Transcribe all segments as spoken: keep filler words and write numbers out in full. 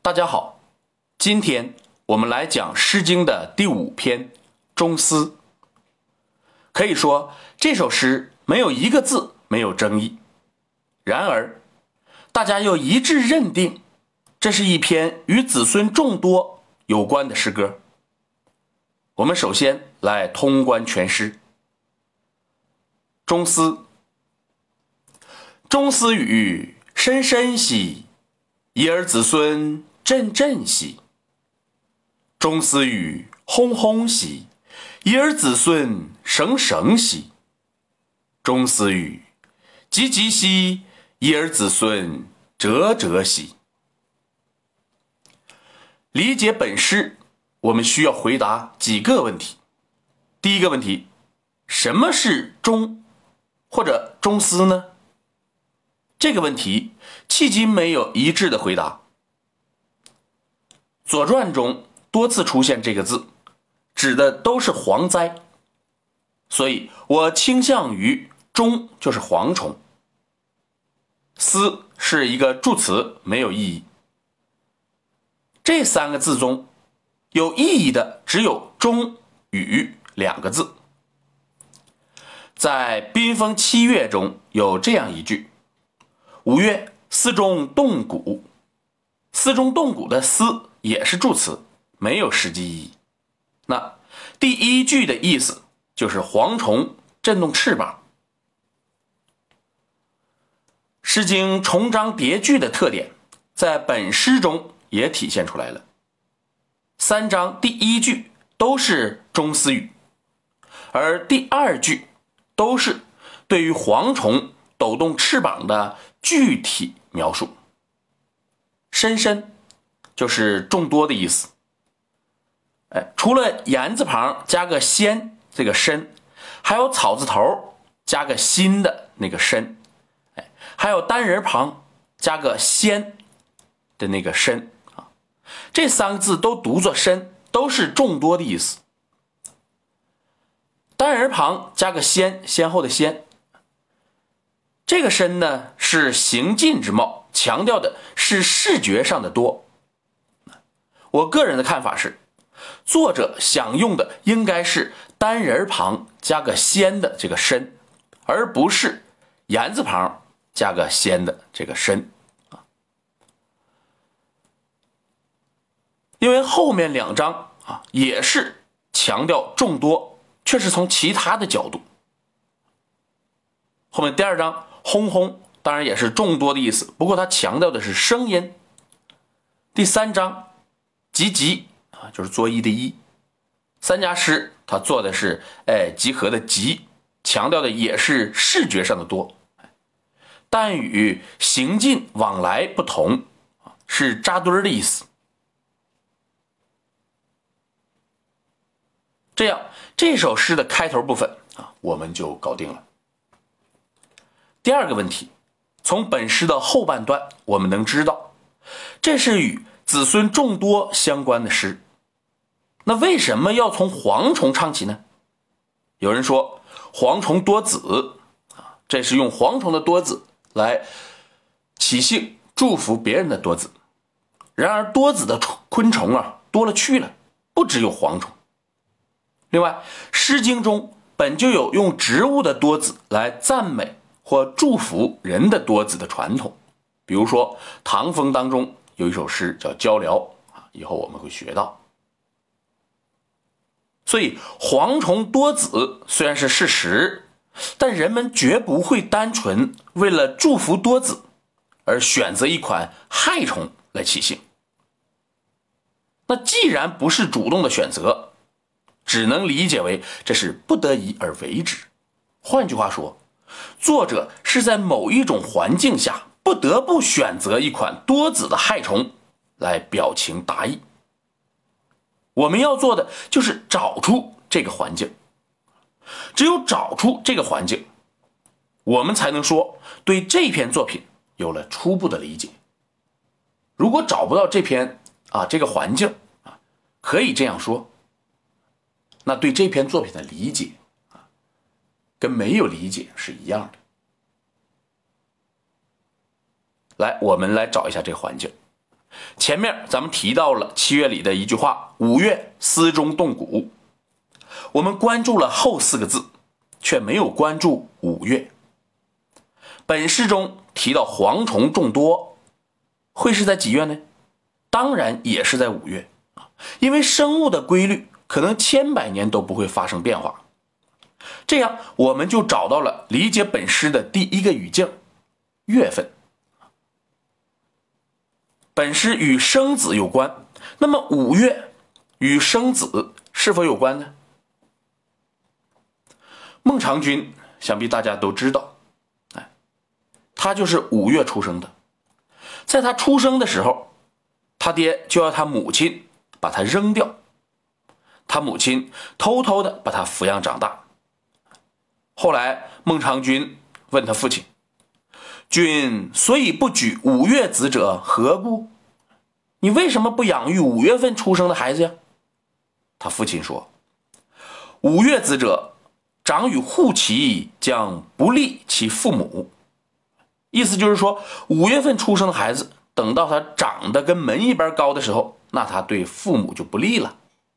大家好，今天我们来讲《诗经》的第五篇《中思》。可以说这首诗没有一个字没有争议，然而大家又一致认定这是一篇与子孙众多有关的诗歌。我们首先来通观全诗。中思，中思语，深深兮，已而子孙振振兮。中思语，轰轰兮，已而子孙绳绳兮。中思语，急急兮，已而子孙折折兮。理解本诗，我们需要回答几个问题。第一个问题，什么是中或者中思呢？这个问题迄今没有一致的回答。左传中多次出现这个字，指的都是蝗灾，所以我倾向于中就是蝗虫，思是一个助词，没有意义。这三个字中有意义的只有中与两个字。在宾风七月中有这样一句，五月思中动谷，思中动谷的思也是助词，没有实际意义。那第一句的意思就是蝗虫振动翅膀。诗经重章叠句的特点在本诗中也体现出来了。三章第一句都是中思语，而第二句都是对于蝗虫抖动翅膀的具体描述。深深就是众多的意思。哎，除了言字旁加个先这个深，还有草字头加个心的那个深，哎，还有单人旁加个先的那个深啊，这三个字都读作深，都是众多的意思。单人旁加个先，先后的先，这个深呢是行进之貌，强调的是视觉上的多。我个人的看法是，作者想用的应该是单人旁加个先的这个深，而不是言字旁加个先的这个深。因为后面两章啊也是强调众多，却是从其他的角度。后面第二章轰轰当然也是众多的意思，不过它强调的是声音。第三章集集啊，就是作揖的揖，三家诗它做的是哎集合的集，强调的也是视觉上的多，但与行进往来不同，是扎堆的意思。这样这首诗的开头部分啊，我们就搞定了。第二个问题，从本诗的后半段我们能知道，这是与子孙众多相关的诗。那为什么要从蝗虫唱起呢？有人说蝗虫多子啊，这是用蝗虫的多子来起兴祝福别人的多子。然而多子的昆虫啊多了去了，不只有蝗虫。另外，诗经中本就有用植物的多子来赞美或祝福人的多子的传统。比如说唐风当中有一首诗叫《鹪鹩》，以后我们会学到。所以蝗虫多子虽然是事实，但人们绝不会单纯为了祝福多子而选择一款害虫来起兴。那既然不是主动的选择，只能理解为这是不得已而为之。换句话说，作者是在某一种环境下不得不选择一款多子的害虫来表情达意。我们要做的就是找出这个环境，只有找出这个环境，我们才能说对这篇作品有了初步的理解。如果找不到这篇啊这个环境啊，可以这样说，那对这篇作品的理解啊，跟没有理解是一样的。来，我们来找一下这个环境。 前面咱们提到了七月里的一句话，五月丝中动骨，我们关注了后四个字，却没有关注五月。本诗中提到蝗虫众多，会是在几月呢？当然也是在五月，因为生物的规律可能千百年都不会发生变化。这样我们就找到了理解本诗的第一个语境，月份。本诗与生子有关，那么五月与生子是否有关呢？孟尝君想必大家都知道，哎，他就是五月出生的。在他出生的时候，他爹就要他母亲把他扔掉，他母亲偷偷的把他抚养长大。后来孟尝君问他父亲，君所以不举五月子者何故？你为什么不养育五月份出生的孩子呀？他父亲说，五月子者长与户其，将不利其父母。意思就是说，五月份出生的孩子，等到他长得跟门一般高的时候，那他对父母就不利了。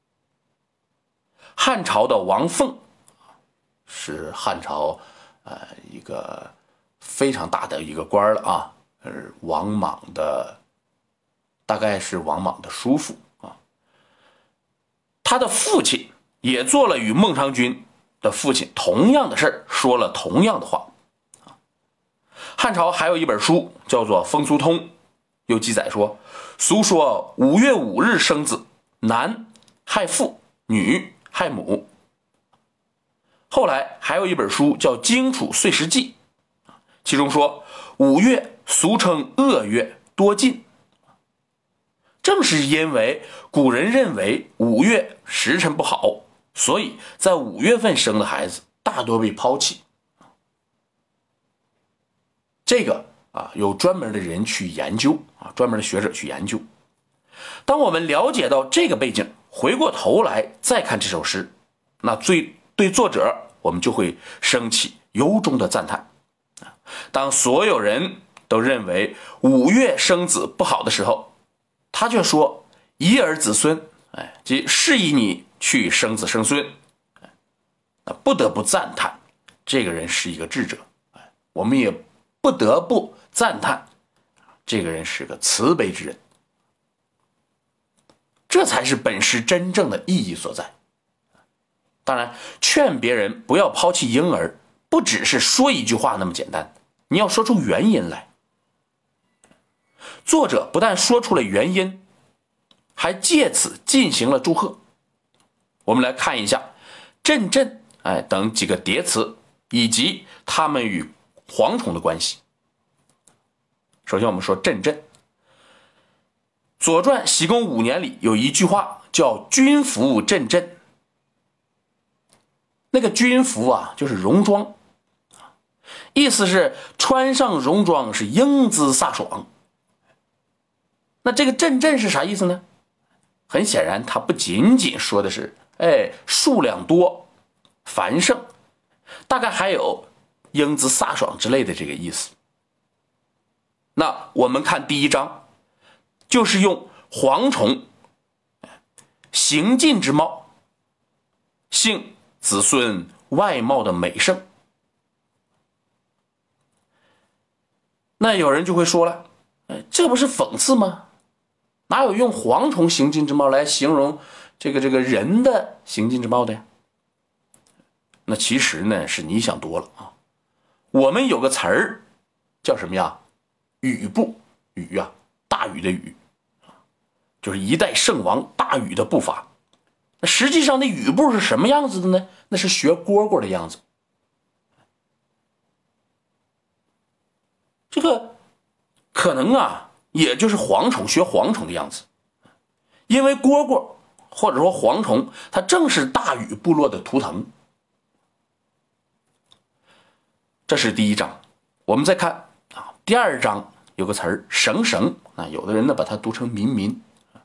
汉朝的王凤是汉朝呃一个非常大的一个官了啊，是王莽的，大概是王莽的叔父啊。他的父亲也做了与孟尝君的父亲同样的事儿，说了同样的话。汉朝还有一本书叫做《风俗通》，有记载说，俗说五月五日生子，男害父，女害母。后来还有一本书叫《荆楚岁时记》，其中说五月俗称恶月，多尽。正是因为古人认为五月时辰不好，所以在五月份生的孩子大多被抛弃。这个啊，有专门的人去研究啊，专门的学者去研究。当我们了解到这个背景，回过头来再看这首诗，那最对作者我们就会升起由衷的赞叹。当所有人都认为五月生子不好的时候，他却说遗儿子孙，哎，即示意你去生子生孙，哎，那不得不赞叹这个人是一个智者，哎，我们也不得不赞叹这个人是个慈悲之人。这才是本诗真正的意义所在。当然，劝别人不要抛弃婴儿，不只是说一句话那么简单，你要说出原因来。作者不但说出了原因，还借此进行了祝贺。我们来看一下阵阵哎等几个叠词，以及它们与蝗虫的关系。首先我们说阵阵。左传喜公五年里有一句话叫军服阵阵，那个军服啊就是戎装，意思是穿上戎装是英姿飒爽。那这个阵阵是啥意思呢？很显然它不仅仅说的是哎数量多繁盛，大概还有英姿飒爽之类的这个意思。那我们看第一章，就是用蝗虫行进之貌，姓子孙外貌的美盛。那有人就会说了，这不是讽刺吗？哪有用蝗虫行进之貌来形容这个这个人的行进之貌的呀？那其实呢是你想多了啊。我们有个词儿叫什么呀？雨步，雨啊，大雨的雨，就是一代圣王大禹的步伐。那实际上那雨步是什么样子的呢？那是学蝈蝈的样子。这个可能啊也就是蝗虫学蝗虫的样子，因为蝈蝈或者说蝗虫它正是大禹部落的图腾。这是第一章。我们再看啊，第二章有个词儿绳绳，那有的人呢把它读成民民。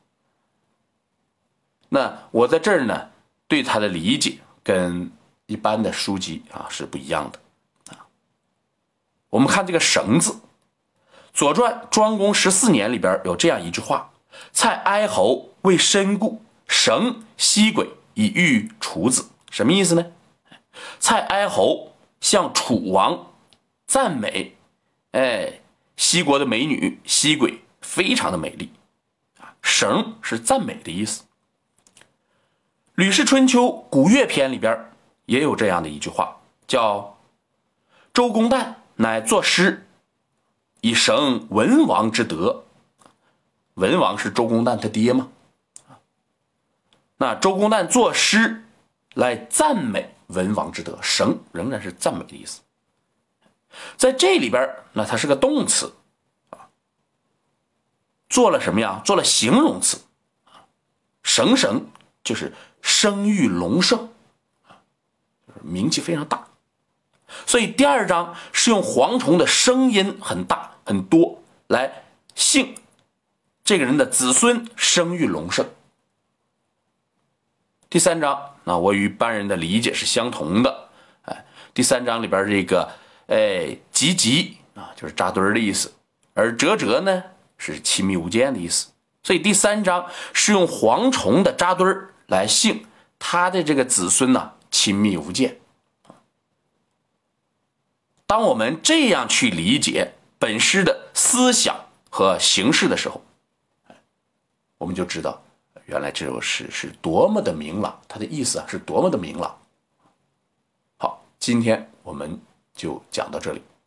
那我在这儿呢对它的理解跟一般的书籍啊是不一样的啊。我们看这个绳字， 左传庄公十四年里边有这样一句话：蔡哀侯为申故，绳西鬼以御楚子。什么意思呢？蔡哀侯向楚王赞美，哎，西国的美女西鬼非常的美丽，绳是赞美的意思。吕氏春秋古乐篇里边也有这样的一句话，叫周公旦乃作诗以绳文王之德。文王是周公旦他爹吗？那周公旦作诗来赞美文王之德，绳仍然是赞美的意思。在这里边，那它是个动词，做了什么呀？做了形容词，绳绳就是声誉隆盛，名气非常大。所以第二章是用蝗虫的声音很大很多来姓这个人的子孙声誉隆盛。第三章，那我与一般人的理解是相同的。哎，第三章里边这个，哎，集集啊，就是扎堆的意思，而折折呢是亲密无间的意思。所以第三章是用蝗虫的扎堆来姓他的这个子孙呢亲密无间。当我们这样去理解本诗的思想和形式的时候，我们就知道原来这首诗是多么的明朗，它的意思啊是多么的明朗。好，今天我们就讲到这里。